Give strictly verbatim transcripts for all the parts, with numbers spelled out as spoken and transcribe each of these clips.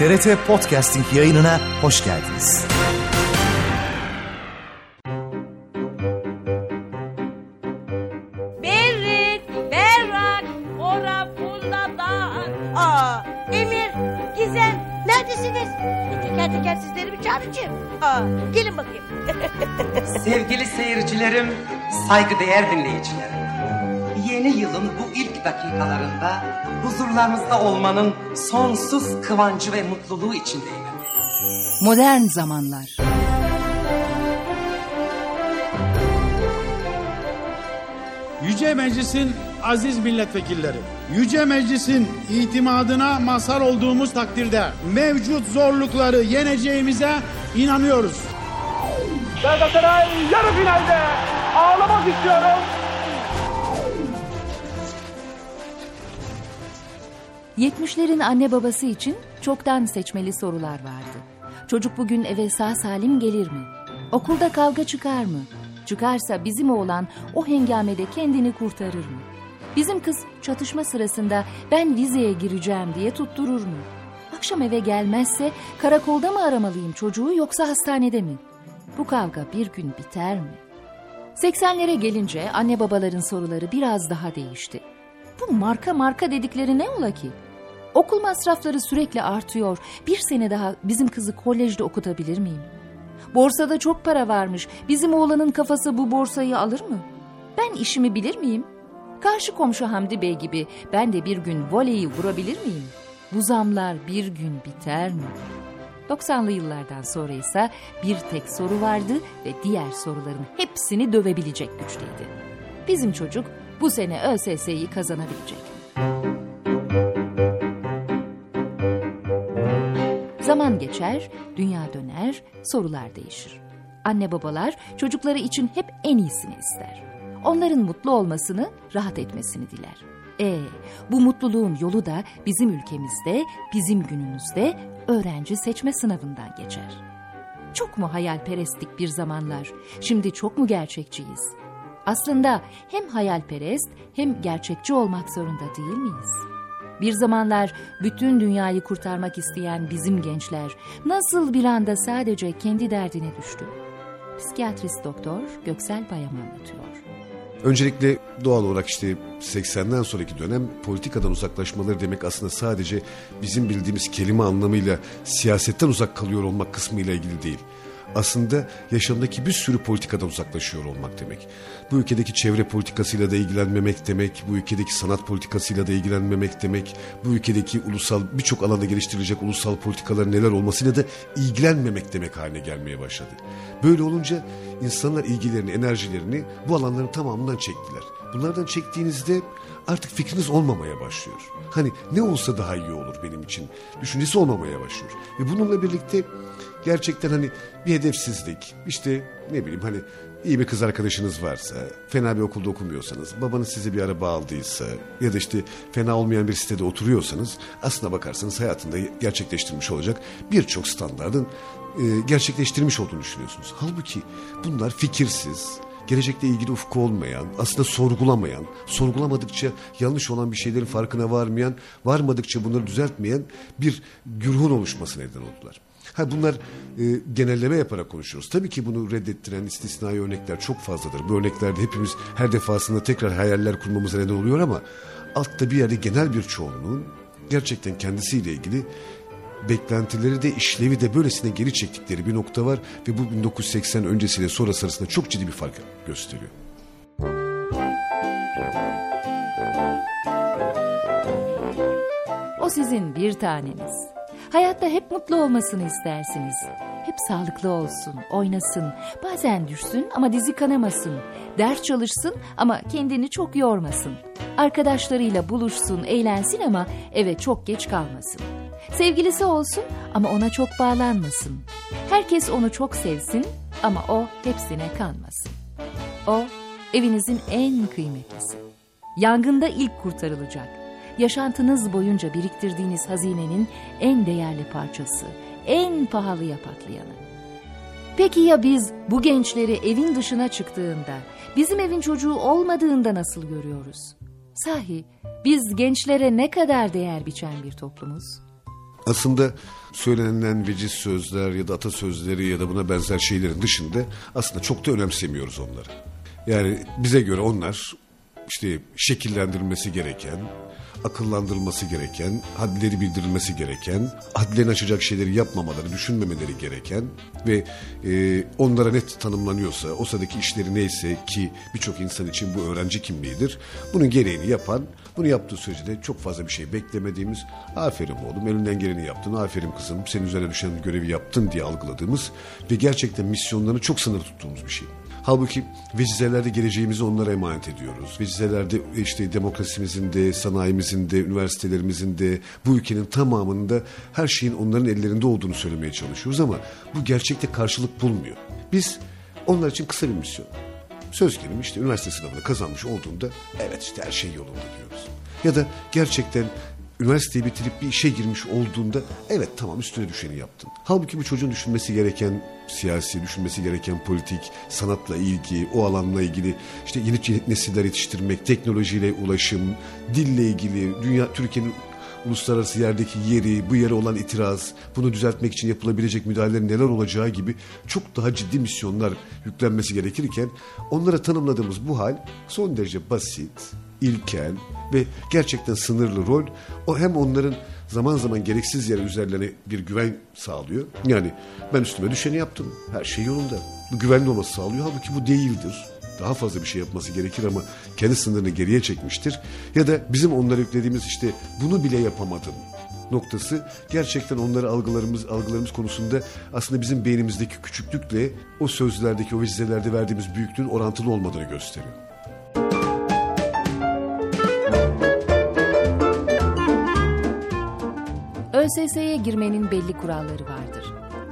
T R T Podcasting yayınına hoş geldiniz. Berrik, Berrak, Ora, Pulla'dan. Aa, Emir, Gizem, neredesiniz? Teker teker sizleri bir çağıracağım. Aa, gelin bakayım. Sevgili seyircilerim, saygıdeğer dinleyicilerim. Yeni yılın bu ilk dakikalarında huzurlarınızda olmanın sonsuz kıvancı ve mutluluğu içindeyim. Modern zamanlar. Yüce Meclis'in aziz milletvekilleri, Yüce Meclis'in itimadına mazhar olduğumuz takdirde mevcut zorlukları yeneceğimize inanıyoruz. Galatasaray yarı finalde, ağlamak istiyorum. yetmişlerin anne babası için çoktan seçmeli sorular vardı. Çocuk bugün eve sağ salim gelir mi? Okulda kavga çıkar mı? Çıkarsa bizim oğlan o hengamede kendini kurtarır mı? Bizim kız çatışma sırasında ben vizeye gireceğim diye tutturur mu? Akşam eve gelmezse karakolda mı aramalıyım çocuğu yoksa hastanede mi? Bu kavga bir gün biter mi? seksenlere gelince anne babaların soruları biraz daha değişti. Bu marka marka dedikleri ne ola ki? Okul masrafları sürekli artıyor. Bir sene daha bizim kızı kolejde okutabilir miyim? Borsada çok para varmış. Bizim oğlanın kafası bu borsayı alır mı? Ben işimi bilir miyim? Karşı komşu Hamdi Bey gibi ben de bir gün voleyi vurabilir miyim? Bu zamlar bir gün biter mi? doksanlı yıllardan sonra ise bir tek soru vardı ve diğer soruların hepsini dövebilecek güçteydi. Bizim çocuk bu sene Ö S S'yi kazanabilecek mi? Zaman geçer, dünya döner, sorular değişir. Anne babalar çocukları için hep en iyisini ister. Onların mutlu olmasını, rahat etmesini diler. E, bu mutluluğun yolu da bizim ülkemizde, bizim günümüzde öğrenci seçme sınavından geçer. Çok mu hayalperestlik bir zamanlar, şimdi çok mu gerçekçiyiz? Aslında hem hayalperest hem gerçekçi olmak zorunda değil miyiz? Bir zamanlar bütün dünyayı kurtarmak isteyen bizim gençler nasıl bir anda sadece kendi derdine düştü? Psikiyatrist doktor Göksel Bayam anlatıyor. Öncelikle doğal olarak işte seksenden sonraki dönem politikadan uzaklaşmaları demek aslında sadece bizim bildiğimiz kelime anlamıyla siyasetten uzak kalıyor olmak kısmıyla ilgili değil. Aslında yaşamdaki bir sürü politikadan uzaklaşıyor olmak demek. Bu ülkedeki çevre politikasıyla da ilgilenmemek demek, bu ülkedeki sanat politikasıyla da ilgilenmemek demek, bu ülkedeki ulusal birçok alanda geliştirilecek ulusal politikaların neler olmasıyla da ilgilenmemek demek haline gelmeye başladı. Böyle olunca insanlar ilgilerini, enerjilerini bu alanların tamamından çektiler. Bunlardan çektiğinizde artık fikriniz olmamaya başlıyor. Hani ne olsa daha iyi olur benim için düşüncesi olmamaya başlıyor. Ve bununla birlikte gerçekten hani bir hedefsizlik, işte ne bileyim hani iyi bir kız arkadaşınız varsa, fena bir okulda okumuyorsanız, babanız size bir araba aldıysa ya da işte fena olmayan bir sitede oturuyorsanız aslına bakarsanız hayatında gerçekleştirmiş olacak birçok standardın e, gerçekleştirmiş olduğunu düşünüyorsunuz. Halbuki bunlar fikirsiz, gelecekle ilgili ufku olmayan, aslında sorgulamayan, sorgulamadıkça yanlış olan bir şeylerin farkına varmayan, varmadıkça bunları düzeltmeyen bir güruhun oluşmasına neden oldular. Ha bunlar e, genelleme yaparak konuşuyoruz. Tabii ki bunu reddettiren istisnai örnekler çok fazladır. Bu örneklerde hepimiz her defasında tekrar hayaller kurmamıza neden oluyor ama altta bir yerde genel bir çoğunluğun gerçekten kendisiyle ilgili beklentileri de işlevi de böylesine geri çektikleri bir nokta var ve bu bin dokuz yüz seksen öncesiyle sonrası arasında çok ciddi bir fark gösteriyor. O sizin bir taneniz. Hayatta hep mutlu olmasını istersiniz. Hep sağlıklı olsun, oynasın, bazen düşsün ama dizi kanamasın. Ders çalışsın ama kendini çok yormasın. Arkadaşlarıyla buluşsun, eğlensin ama eve çok geç kalmasın. Sevgilisi olsun ama ona çok bağlanmasın. Herkes onu çok sevsin ama o hepsine kanmasın. O evinizin en kıymetlisi. Yangında ilk kurtarılacak. Yaşantınız boyunca biriktirdiğiniz hazinenin en değerli parçası, en pahalıya patlayanı. Peki ya biz bu gençleri evin dışına çıktığında, bizim evin çocuğu olmadığında nasıl görüyoruz? Sahi biz gençlere ne kadar değer biçen bir toplumuz? Aslında söylenen veciz sözler ya da atasözleri ya da buna benzer şeylerin dışında aslında çok da önemsemiyoruz onları. Yani bize göre onlar işte şekillendirilmesi gereken, akıllandırılması gereken, hadleri bildirilmesi gereken, hadlerini aşacak şeyleri yapmamaları, düşünmemeleri gereken ve e, onlara net tanımlanıyorsa, o sıradaki işleri neyse ki birçok insan için bu öğrenci kimliğidir. Bunun gereğini yapan, bunu yaptığı sürece de çok fazla bir şey beklemediğimiz, aferin oğlum elinden geleni yaptın, aferin kızım senin üzerine düşen görevi yaptın diye algıladığımız ve gerçekten misyonlarını çok sınırlı tuttuğumuz bir şey. Halbuki vecizelerde geleceğimizi onlara emanet ediyoruz. Vecizelerde işte demokrasimizin de, sanayimizin de, üniversitelerimizin de, bu ülkenin tamamında her şeyin onların ellerinde olduğunu söylemeye çalışıyoruz ama bu gerçekte karşılık bulmuyor. Biz onlar için kısa bir misyon. Söz gelimi işte üniversite sınavını kazanmış olduğunda evet işte her şey yolunda diyoruz. Ya da gerçekten üniversiteyi bitirip bir işe girmiş olduğunda evet tamam üstüne düşeni yaptın. Halbuki bu çocuğun düşünmesi gereken siyasi, düşünmesi gereken politik, sanatla ilgi, o alanla ilgili işte yeni nesiller yetiştirmek, teknolojiyle ulaşım, dille ilgili, dünya Türkiye'nin uluslararası yerdeki yeri, bu yere olan itiraz, bunu düzeltmek için yapılabilecek müdahalelerin neler olacağı gibi çok daha ciddi misyonlar yüklenmesi gerekirken onlara tanımladığımız bu hal son derece basit, ilkel ve gerçekten sınırlı rol o hem onların zaman zaman gereksiz yere üzerlerine bir güven sağlıyor. Yani ben üstüme düşeni yaptım. Her şey yolunda. Bu güvenli olması sağlıyor. Halbuki bu değildir. Daha fazla bir şey yapması gerekir ama kendi sınırını geriye çekmiştir. Ya da bizim onlara yüklediğimiz işte bunu bile yapamadım noktası gerçekten onları algılarımız algılarımız konusunda aslında bizim beynimizdeki küçüklükle o sözlerdeki o vecizelerde verdiğimiz büyüklüğün orantılı olmadığını gösteriyor. Ö S S'ye girmenin belli kuralları vardır.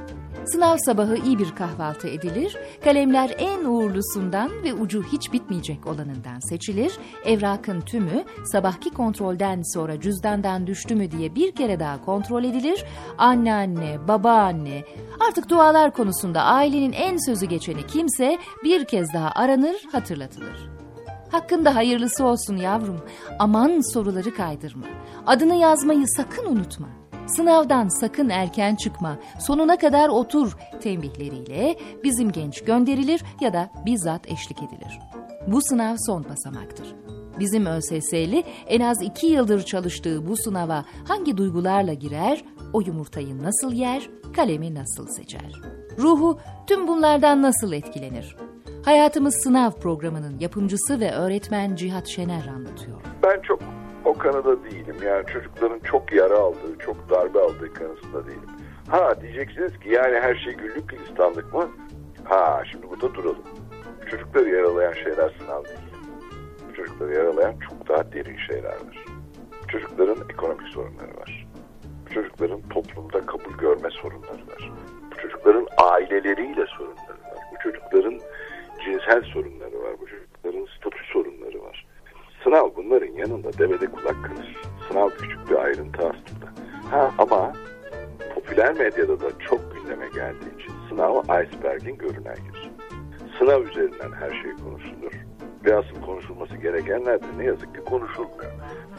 Sınav sabahı iyi bir kahvaltı edilir, kalemler en uğurlusundan ve ucu hiç bitmeyecek olanından seçilir, evrakın tümü sabahki kontrolden sonra cüzdandan düştü mü diye bir kere daha kontrol edilir, anneanne, babaanne, artık dualar konusunda ailenin en sözü geçeni kimse bir kez daha aranır, hatırlatılır. Hakkında hayırlısı olsun yavrum, aman soruları kaydırma, adını yazmayı sakın unutma. Sınavdan sakın erken çıkma, sonuna kadar otur tembihleriyle bizim genç gönderilir ya da bizzat eşlik edilir. Bu sınav son basamaktır. Bizim Ö S S'li en az iki yıldır çalıştığı bu sınava hangi duygularla girer, o yumurtayı nasıl yer, kalemi nasıl seçer? Ruhu tüm bunlardan nasıl etkilenir? Hayatımız Sınav programının yapımcısı ve öğretmen Cihat Şener anlatıyor. Ben çok o kanıda değilim. Yani çocukların çok yara aldığı, çok darbe aldığı kanısında değilim. Ha diyeceksiniz ki yani her şey güllük gülistanlık mı? Ha şimdi burada duralım. Çocukları yaralayan şeyler sınav değil. Çocukları yaralayan çok daha derin şeyler var. Çocukların ekonomik sorunları var. Çocukların toplumda kabul görme sorunları var. Bu çocukların aileleriyle sorunları var. Bu çocukların cinsel sorunları var. Bu çocukların statü sorunları var. Sınav bunların yanında devede kulak kalır. Sınav küçük bir ayrıntı aslında. Ha ama popüler medyada da çok gündeme geldiği için sınav iceberg'in görünen yüzü. Sınav üzerinden her şey konuşulur. Ve asıl konuşulması gerekenler de ne yazık ki konuşulmuyor.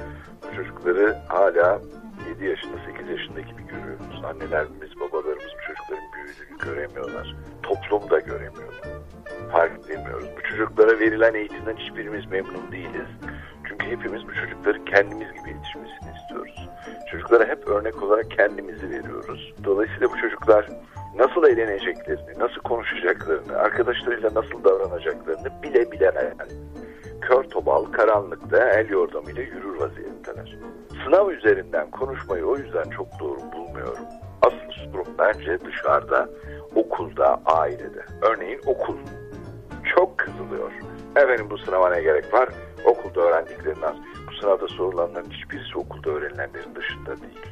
Bu çocukları hala yedi yaşında, sekiz yaşında gibi görüyoruz. Annelerimiz, babalarımız bu çocukların büyüdüğünü göremiyorlar. Toplum da göremiyor. Fark edemiyoruz. Bu çocuklara verilen eğitimden hiçbirimiz memnun değiliz. Çünkü hepimiz bu çocukları kendimiz gibi yetişmesini istiyoruz. Çocuklara hep örnek olarak kendimizi veriyoruz. Dolayısıyla bu çocuklar nasıl eğleneceklerini, nasıl konuşacaklarını, arkadaşlarıyla nasıl davranacaklarını bile bilemeden kör tobal karanlıkta el yordamıyla yürür vaziyetteler. Sınav üzerinden konuşmayı o yüzden çok doğru bulmuyorum. Asıl sorun bence dışarıda, okulda, ailede. Örneğin okul. Çok kızılıyor. Efendim bu sınava ne gerek var? Okulda öğrendiklerini az. Bu sınavda sorulanların hiçbirisi okulda öğrenilenlerin dışında değil.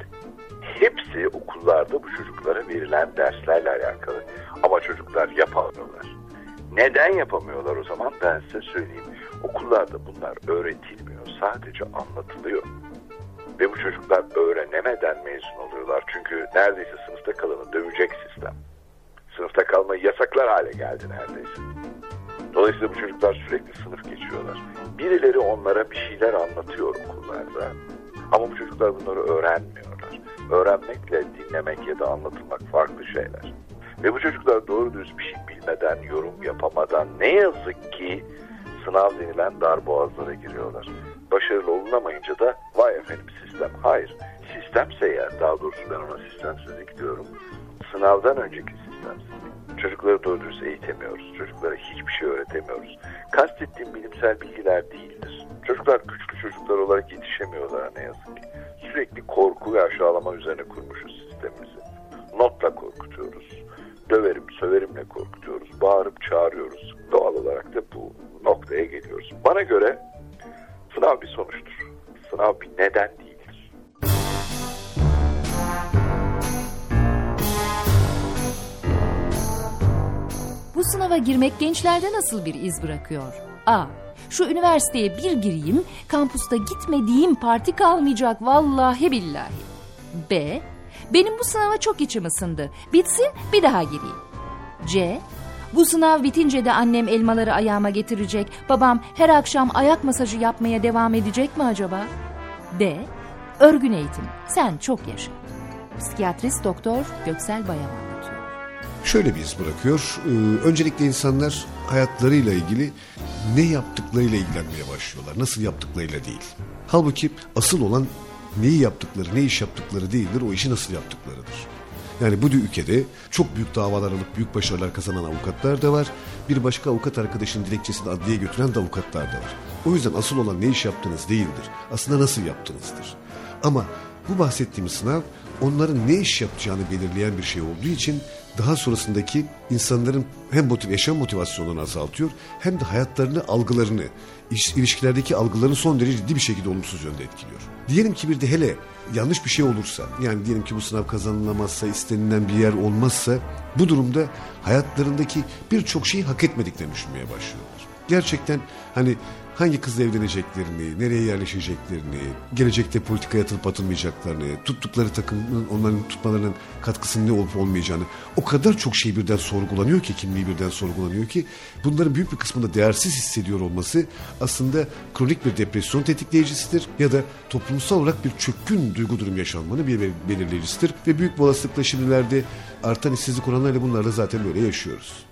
Hepsi okullarda bu çocuklara verilen derslerle alakalı. Ama çocuklar yapamıyorlar. Neden yapamıyorlar o zaman? Ben size söyleyeyim. Okullarda bunlar öğretilmiyor. Sadece anlatılıyor. Ve bu çocuklar öğrenemeden mezun oluyorlar. Çünkü neredeyse sınıfta kalanı dövecek sistem. Sınıfta kalmayı yasaklar hale geldi neredeyse. Dolayısıyla bu çocuklar sürekli sınıf geçiyorlar. Birileri onlara bir şeyler anlatıyor okullarda. Ama bu çocuklar bunları öğrenmiyorlar. Öğrenmekle dinlemek ya da anlatılmak farklı şeyler. Ve bu çocuklar doğru düz bir şey bilmeden, yorum yapamadan ne yazık ki sınav denilen darboğazlara giriyorlar. Başarılı olunamayınca da vay efendim sistem. Hayır, sistemse eğer, daha doğrusu ben ona sistemsizlik diyorum. Sınavdan önceki sistemsizlik. Çocukları doğru düz eğitemiyoruz. Çocuklara hiçbir şey öğretemiyoruz. Kastettiğim bilimsel bilgiler değildir. Çocuklar güçlü çocuklar olarak yetişemiyorlar ne yazık ki. Sürekli korku ve aşağılama üzerine kurmuşuz sistemimizi. Notla korkutuyoruz. Döverim, söverimle korkutuyoruz. Bağırıp çağırıyoruz. Doğal olarak da bu noktaya geliyoruz. Bana göre sınav bir sonuçtur. Sınav bir neden değildir. Bu sınava girmek gençlerde nasıl bir iz bırakıyor? A. Şu üniversiteye bir gireyim, kampüste gitmediğim parti kalmayacak vallahi billahi. B. Benim bu sınava çok içim ısındı. Bitsin bir daha gireyim. C. Bu sınav bitince de annem elmaları ayağıma getirecek, babam her akşam ayak masajı yapmaya devam edecek mi acaba? D. Örgün eğitim. Sen çok yaşa. Psikiyatrist Doktor Göksel Bayan anlatıyor. Şöyle bir iz bırakıyor. Ee, öncelikle insanlar hayatlarıyla ilgili ne yaptıklarıyla ilgilenmeye başlıyorlar. Nasıl yaptıklarıyla değil. Halbuki asıl olan neyi yaptıkları, ne iş yaptıkları değildir, o işi nasıl yaptıklarıdır. Yani bu ülkede çok büyük davalar alıp büyük başarılar kazanan avukatlar da var. Bir başka avukat arkadaşının dilekçesini adliyeye götüren de avukatlar da var. O yüzden asıl olan ne iş yaptığınız değildir. Aslında nasıl yaptığınızdır. Ama bu bahsettiğimiz sınav onların ne iş yapacağını belirleyen bir şey olduğu için daha sonrasındaki insanların hem motiv yaşam motivasyonunu azaltıyor hem de hayatlarını, algılarını, ilişkilerdeki algılarını son derece ciddi bir şekilde olumsuz yönde etkiliyor. Diyelim ki bir de hele yanlış bir şey olursa, yani diyelim ki bu sınav kazanılamazsa, istenilen bir yer olmazsa, bu durumda hayatlarındaki birçok şeyi hak etmediklerini düşünmeye başlıyorlar. Gerçekten hani hangi kızla evleneceklerini, nereye yerleşeceklerini, gelecekte politikaya atılıp atılmayacaklarını, tuttukları takımın onların tutmalarının katkısının ne olup olmayacağını, o kadar çok şey birden sorgulanıyor ki, kimliği birden sorgulanıyor ki, bunların büyük bir kısmında değersiz hissediyor olması aslında kronik bir depresyon tetikleyicisidir ya da toplumsal olarak bir çökkün duygu durum yaşanmanın bir belirleyicisidir ve büyük bir olasılıkla şimdilerde artan işsizlik oranlarıyla bunlarla zaten böyle yaşıyoruz.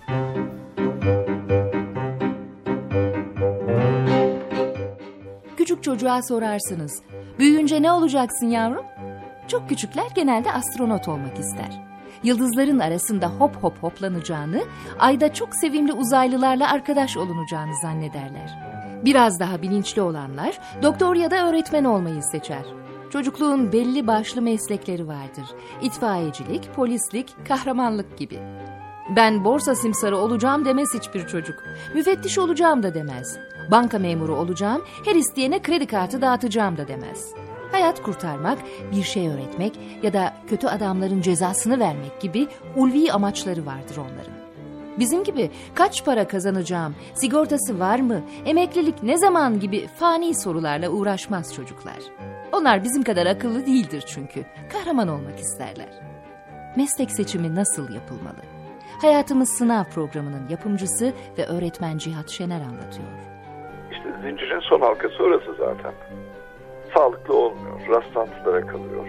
Küçük çocuğa sorarsınız, büyüyünce ne olacaksın yavrum? Çok küçükler genelde astronot olmak ister. Yıldızların arasında hop hop hoplanacağını, ayda çok sevimli uzaylılarla arkadaş olunacağını zannederler. Biraz daha bilinçli olanlar doktor ya da öğretmen olmayı seçer. Çocukluğun belli başlı meslekleri vardır. İtfaiyecilik, polislik, kahramanlık gibi. Ben borsa simsarı olacağım demez hiçbir çocuk. Müfettiş olacağım da demez. Banka memuru olacağım, her isteyene kredi kartı dağıtacağım da demez. Hayat kurtarmak, bir şey öğretmek ya da kötü adamların cezasını vermek gibi ulvi amaçları vardır onların. Bizim gibi kaç para kazanacağım, sigortası var mı, emeklilik ne zaman gibi fani sorularla uğraşmaz çocuklar. Onlar bizim kadar akıllı değildir çünkü. Kahraman olmak isterler. Meslek seçimi nasıl yapılmalı? Hayatımız Sınav programının yapımcısı ve öğretmen Cihat Şener anlatıyor. İşte zincirin son halkası orası zaten. Sağlıklı olmuyor, rastlantılara kalıyor.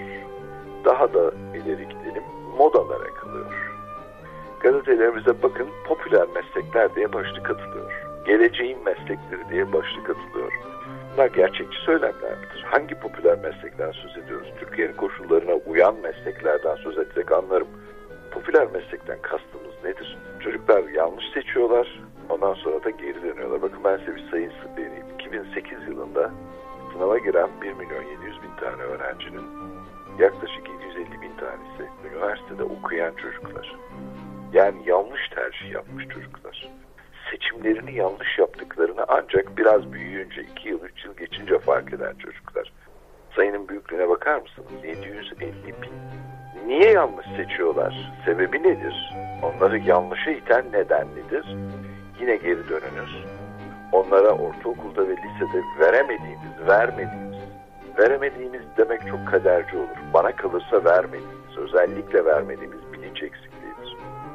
Daha da ileri gidelim, modalara kalıyor. Gazetelerimize bakın, popüler meslekler diye başlık atılıyor. Geleceğin meslekleri diye başlık atılıyor. Bunlar gerçekçi söylemler midir? Hangi popüler meslekten söz ediyoruz? Türkiye'nin koşullarına uyan mesleklerden söz etsek anlarım. Popüler meslekten kastımız nedir? Çocuklar yanlış seçiyorlar, ondan sonra da geri dönüyorlar. Bakın ben size bir sayı vereyim. iki bin sekiz yılında sınava giren bir milyon yedi yüz bin tane öğrencinin yaklaşık yedi yüz elli bin tanesi üniversitede okuyan çocuklar. Yani yanlış tercih yapmış çocuklar. Seçimlerini yanlış yaptıklarını ancak biraz büyüyünce, iki yıl, üç yıl geçince fark eden çocuklar. Sayının büyüklüğüne bakar mısınız? yedi yüz elli bin. Niye yanlış seçiyorlar? Sebebi nedir? Onları yanlışa iten neden nedir? Yine geri dönünüz. Onlara ortaokulda ve lisede veremediğimiz, vermediğimiz, veremediğimiz demek çok kaderci olur. Bana kalırsa vermediğimiz, özellikle vermediğimiz bilinç eksikliğidir.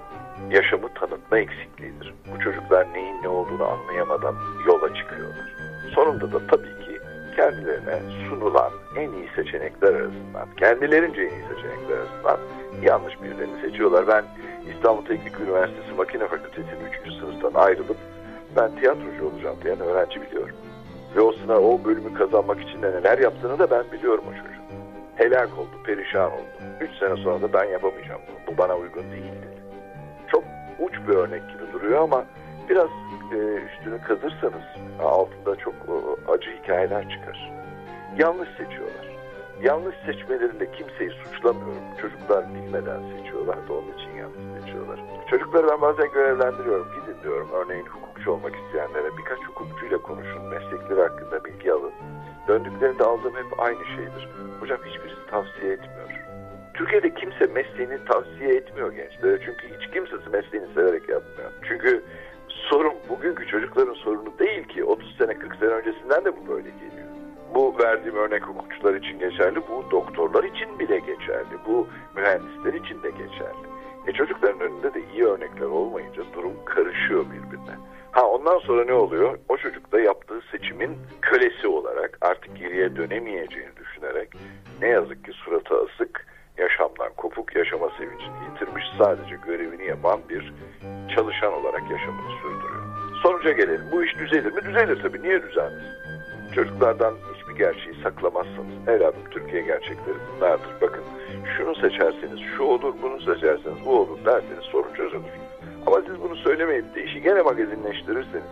Yaşamı tanıtma eksikliğidir. Bu çocuklar neyin ne olduğunu anlayamadan yola çıkıyorlar. Sonunda da tabii ki kendilerine sunulan en iyi seçenekler arasından, kendilerince en iyi seçenekler arasından yanlış birilerini seçiyorlar. Ben İstanbul Teknik Üniversitesi Makine Fakültesi'nin üçüncü sınıftan ayrılıp ben tiyatrocu olacağım diyen öğrenci biliyorum. Ve o sınav, o bölümü kazanmak için de neler yaptığını da ben biliyorum o çocuğun. Helak oldu, perişan oldu. Üç sene sonra da ben yapamayacağım bunu. Bu bana uygun değil dedi. Çok uç bir örnek gibi duruyor ama biraz e, üstünü kazırsanız altında çok e, acı hikayeler çıkar. Yanlış seçiyorlar. Yanlış seçmelerinde kimseyi suçlamıyorum. Çocuklar bilmeden seçiyorlar da onun için yanlış seçiyorlar. Çocukları ben bazen görevlendiriyorum. Gidin diyorum örneğin hukukçu olmak isteyenlere. Birkaç hukukçuyla konuşun. Meslekleri hakkında bilgi alın. Döndüklerinde aldığım hep aynı şeydir. Hocam hiçbirisi tavsiye etmiyor. Türkiye'de kimse mesleğini tavsiye etmiyor gençlere. Çünkü hiç kimsesi mesleğini severek yapmıyor. Çünkü sorun bugünkü çocukların sorunu değil ki. otuz sene kırk sene öncesinden de bu böyle geliyor. Bu verdiğim örnek hukukçular için geçerli. Bu doktorlar için bile geçerli. Bu mühendisler için de geçerli. E çocukların önünde de iyi örnekler olmayınca durum karışıyor birbirine. Ha ondan sonra ne oluyor? O çocuk da yaptığı seçimin kölesi olarak artık geriye dönemeyeceğini düşünerek ne yazık ki suratı asık, yaşamdan kopuk, yaşama sevincini yitirmiş, sadece görevini yapan bir çalışan olarak yaşamını sürdürüyor. Sonuca gelelim. Bu iş düzelir mi? Düzelir tabii. Niye düzelmez? Çocuklardan hiçbir gerçeği saklamazsanız, evladım Türkiye gerçekleri bunlardır. Bakın şunu seçerseniz şu olur, bunu seçerseniz bu olur derseniz sorun çözülür. Ama siz bunu söylemeyip de işi gene magazinleştirirseniz,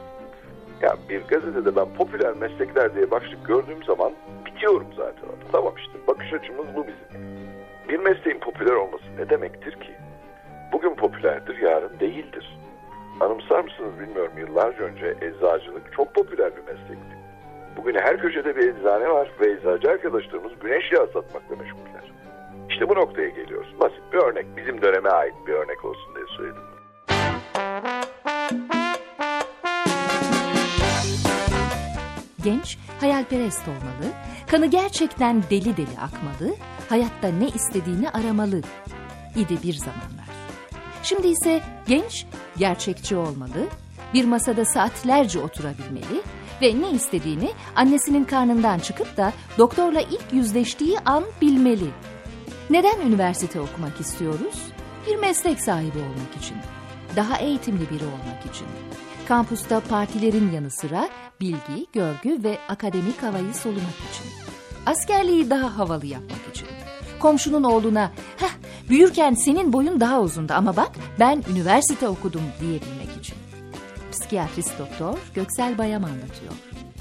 ya bir gazetede ben popüler meslekler diye başlık gördüğüm zaman bitiyorum zaten. Tamam işte bakış açımız bu bizim. Bir mesleğin popüler olması ne demektir ki? Bugün popülerdir, yarın değildir. Anımsar mısınız bilmiyorum, yıllarca önce eczacılık çok popüler bir meslekti. Bugün her köşede bir eczane var ve eczacı arkadaşlarımız güneş yağı satmakla meşguller. İşte bu noktaya geliyoruz. Basit bir örnek, bizim döneme ait bir örnek olsun diye söyledim. Genç, hayalperest olmalı, kanı gerçekten deli deli akmalı, hayatta ne istediğini aramalı idi bir zamanlar. Şimdi ise genç, gerçekçi olmalı, bir masada saatlerce oturabilmeli ve ne istediğini annesinin karnından çıkıp da doktorla ilk yüzleştiği an bilmeli. Neden üniversite okumak istiyoruz? Bir meslek sahibi olmak için, daha eğitimli biri olmak için. Kampüste partilerin yanı sıra bilgi, görgü ve akademik havayı solumak için. Askerliği daha havalı yapmak için. Komşunun oğluna, heh büyürken senin boyun daha uzundu ama bak ben üniversite okudum diyebilmek için. Psikiyatrist doktor Göksel Bayam anlatıyor.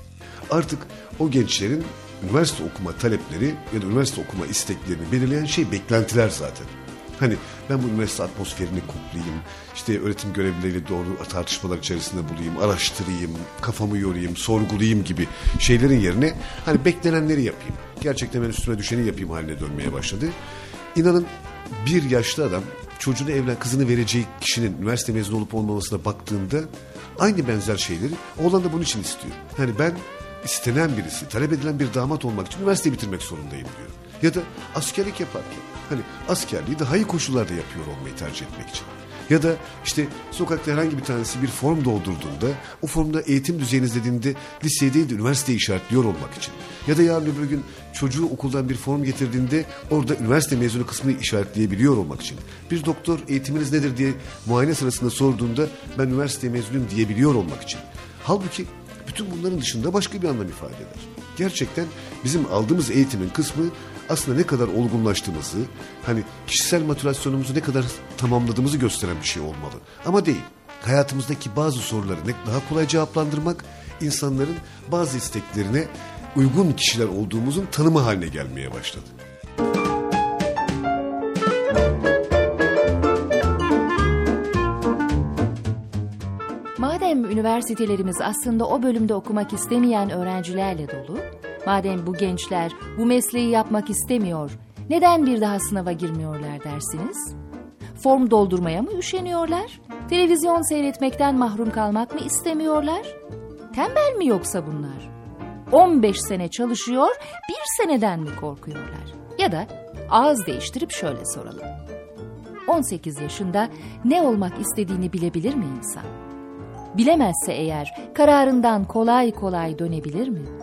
Artık o gençlerin üniversite okuma talepleri ya da üniversite okuma isteklerini belirleyen şey beklentiler zaten. Hani ben bu üniversite atmosferini koklayayım, işte öğretim görevlileriyle doğru tartışmalar içerisinde bulayım, araştırayım, kafamı yorayım, sorgulayayım gibi şeylerin yerine hani beklenenleri yapayım. Gerçekten ben üstüme düşeni yapayım haline dönmeye başladı. İnanın bir yaşlı adam çocuğunu evlen, kızını vereceği kişinin üniversite mezunu olup olmamasına baktığında aynı benzer şeyleri oğlan da bunun için istiyor. Hani ben istenen birisi, talep edilen bir damat olmak için üniversiteyi bitirmek zorundayım diyor. Ya da askerlik yaparken hani askerliği daha iyi koşullarda yapıyor olmayı tercih etmek için. Ya da işte sokakta herhangi bir tanesi bir form doldurduğunda o formda eğitim düzeyiniz dediğinde liseye değil de üniversiteyi işaretliyor olmak için. Ya da yarın öbür gün çocuğu okuldan bir form getirdiğinde orada üniversite mezunu kısmını işaretleyebiliyor olmak için. Bir doktor eğitiminiz nedir diye muayene sırasında sorduğunda ben üniversite mezunuyum diyebiliyor olmak için. Halbuki bütün bunların dışında başka bir anlam ifade eder. Gerçekten bizim aldığımız eğitimin kısmı aslında ne kadar olgunlaştığımızı, hani kişisel maturasyonumuzu ne kadar tamamladığımızı gösteren bir şey olmalı. Ama değil. Hayatımızdaki bazı soruları daha kolay cevaplandırmak, insanların bazı isteklerine uygun kişiler olduğumuzun tanımı haline gelmeye başladı. Madem üniversitelerimiz aslında o bölümde okumak istemeyen öğrencilerle dolu, madem bu gençler bu mesleği yapmak istemiyor, neden bir daha sınava girmiyorlar dersiniz? Form doldurmaya mı üşeniyorlar? Televizyon seyretmekten mahrum kalmak mı istemiyorlar? Tembel mi yoksa bunlar? on beş sene çalışıyor, bir seneden mi korkuyorlar? Ya da ağız değiştirip şöyle soralım. on sekiz yaşında ne olmak istediğini bilebilir mi insan? Bilemezse eğer kararından kolay kolay dönebilir mi?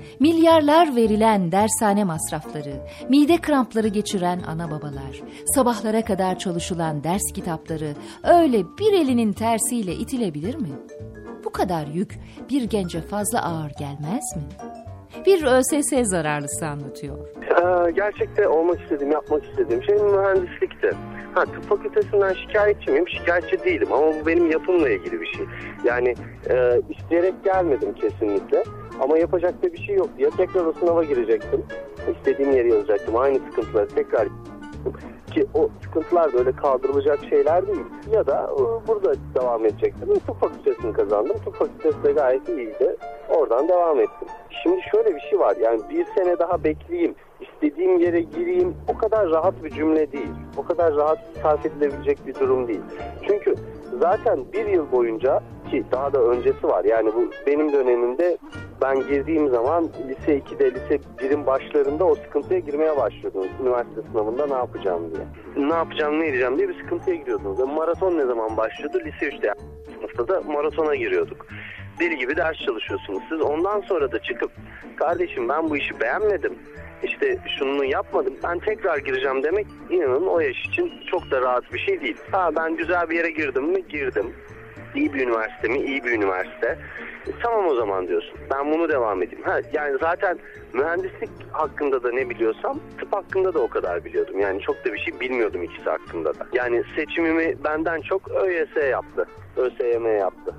Milyarlar verilen dershane masrafları, mide krampları geçiren ana babalar, sabahlara kadar çalışılan ders kitapları öyle bir elinin tersiyle itilebilir mi? Bu kadar yük bir gence fazla ağır gelmez mi? Bir ÖSS zararlısı anlatıyor. Ee, gerçekte olmak istediğim, yapmak istediğim şey mühendislikti. Ha, tıp fakültesinden şikayetçi miyim? Şikayetçi değilim ama bu benim yapımla ilgili bir şey. Yani e, isteyerek gelmedim kesinlikle. Ama yapacak da bir şey yok diye tekrar o sınava girecektim. İstediğim yere yazacaktım. Aynı sıkıntıları tekrar ki o sıkıntılar da öyle kaldırılacak şeyler değil. Ya da e, burada devam edecektim. Tıp fakültesini kazandım. Tıp fakültesi de gayet iyiydi. Oradan devam ettim. Şimdi şöyle bir şey var. Yani bir sene daha bekleyeyim, istediğim yere gireyim, o kadar rahat bir cümle değil. O kadar rahat sarf edilebilecek bir durum değil. Çünkü zaten bir yıl boyunca, ki daha da öncesi var. Yani bu benim dönemimde ben girdiğim zaman lise ikide, lise birin başlarında o sıkıntıya girmeye başlıyordunuz. Üniversite sınavında ne yapacağım diye. Ne yapacağım, ne edeceğim diye bir sıkıntıya giriyordunuz. Yani maraton ne zaman başlıyordu? Lise üçte sınıfta da maratona giriyorduk. Deli gibi ders çalışıyorsunuz siz. Ondan sonra da çıkıp kardeşim ben bu işi beğenmedim, İşte şunu yapmadım, ben tekrar gireceğim demek inanın o yaş için çok da rahat bir şey değil. Ha, ben güzel bir yere girdim mi? Girdim. İyi bir üniversite mi? İyi bir üniversite. E, tamam o zaman diyorsun. Ben bunu devam edeyim. Ha, yani zaten mühendislik hakkında da ne biliyorsam tıp hakkında da o kadar biliyordum. Yani çok da bir şey bilmiyordum ikisi hakkında da. Yani seçimimi benden çok ÖYS yaptı. ÖSYM yaptı.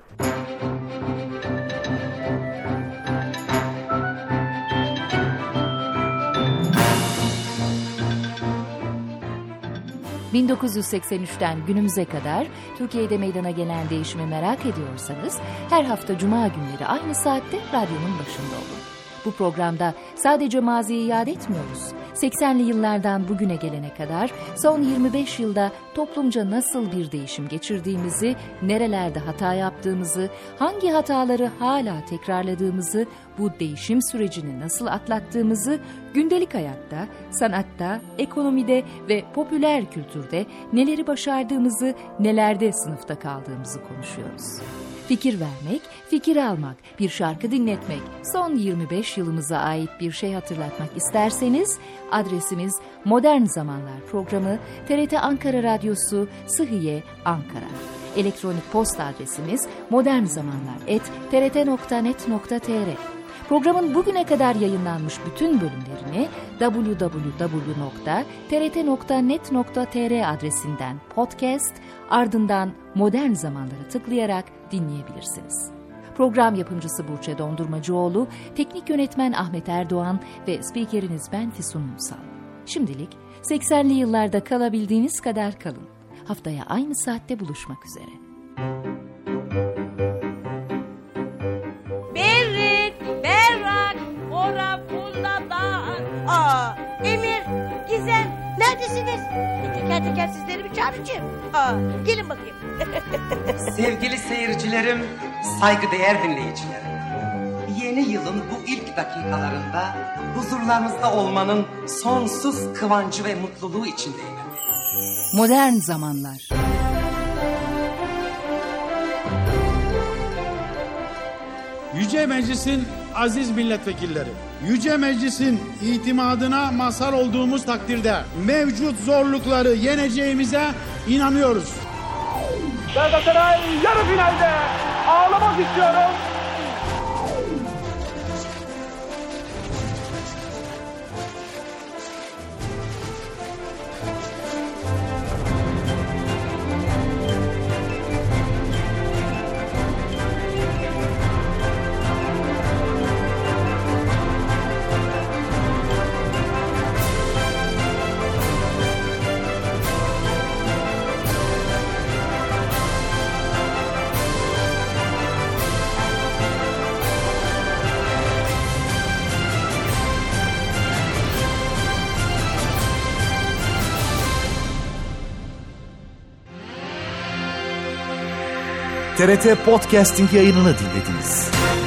bin dokuz yüz seksen üçten günümüze kadar Türkiye'de meydana gelen değişimi merak ediyorsanız her hafta Cuma günleri aynı saatte radyonun başında olun. Bu programda sadece maziyi yad etmiyoruz. seksenli yıllardan bugüne gelene kadar son yirmi beş yılda toplumca nasıl bir değişim geçirdiğimizi, nerelerde hata yaptığımızı, hangi hataları hala tekrarladığımızı, bu değişim sürecini nasıl atlattığımızı, gündelik hayatta, sanatta, ekonomide ve popüler kültürde neleri başardığımızı, nelerde sınıfta kaldığımızı konuşuyoruz. Fikir vermek, fikir almak, bir şarkı dinletmek, son yirmi beş yılımıza ait bir şey hatırlatmak isterseniz adresimiz Modern Zamanlar programı, T R T Ankara Radyosu, Sıhhiye, Ankara. Elektronik posta adresimiz modernzamanlar at t r t nokta net nokta t r. Programın bugüne kadar yayınlanmış bütün bölümlerini double-u double-u double-u nokta t r t nokta net nokta t r adresinden podcast, ardından Modern Zamanlara tıklayarak dinleyebilirsiniz. Program yapımcısı Burçe Dondurmacıoğlu, teknik yönetmen Ahmet Erdoğan ve spikeriniz ben Füsun Ünsal. Şimdilik seksenli yıllarda kalabildiğiniz kadar kalın. Haftaya aynı saatte buluşmak üzere. Berrik, berrak, ora pulladan. Aa, Emir, Gizem, neredesiniz? Teker teker sizleri bir çağıracağım. Aa, gelin bakayım. Sevgili seyircilerim, saygıdeğer dinleyicilerim. Yeni yılın bu ilk dakikalarında huzurlarınızda olmanın sonsuz kıvancı ve mutluluğu içindeyim. Modern Zamanlar. Yüce Meclis'in aziz milletvekilleri, Yüce Meclis'in itimadına mazhar olduğumuz takdirde mevcut zorlukları yeneceğimize inanıyoruz. Galatasaray yarı finalde. Ağlamak istiyorum. T R T Podcasting yayınını dinlediniz.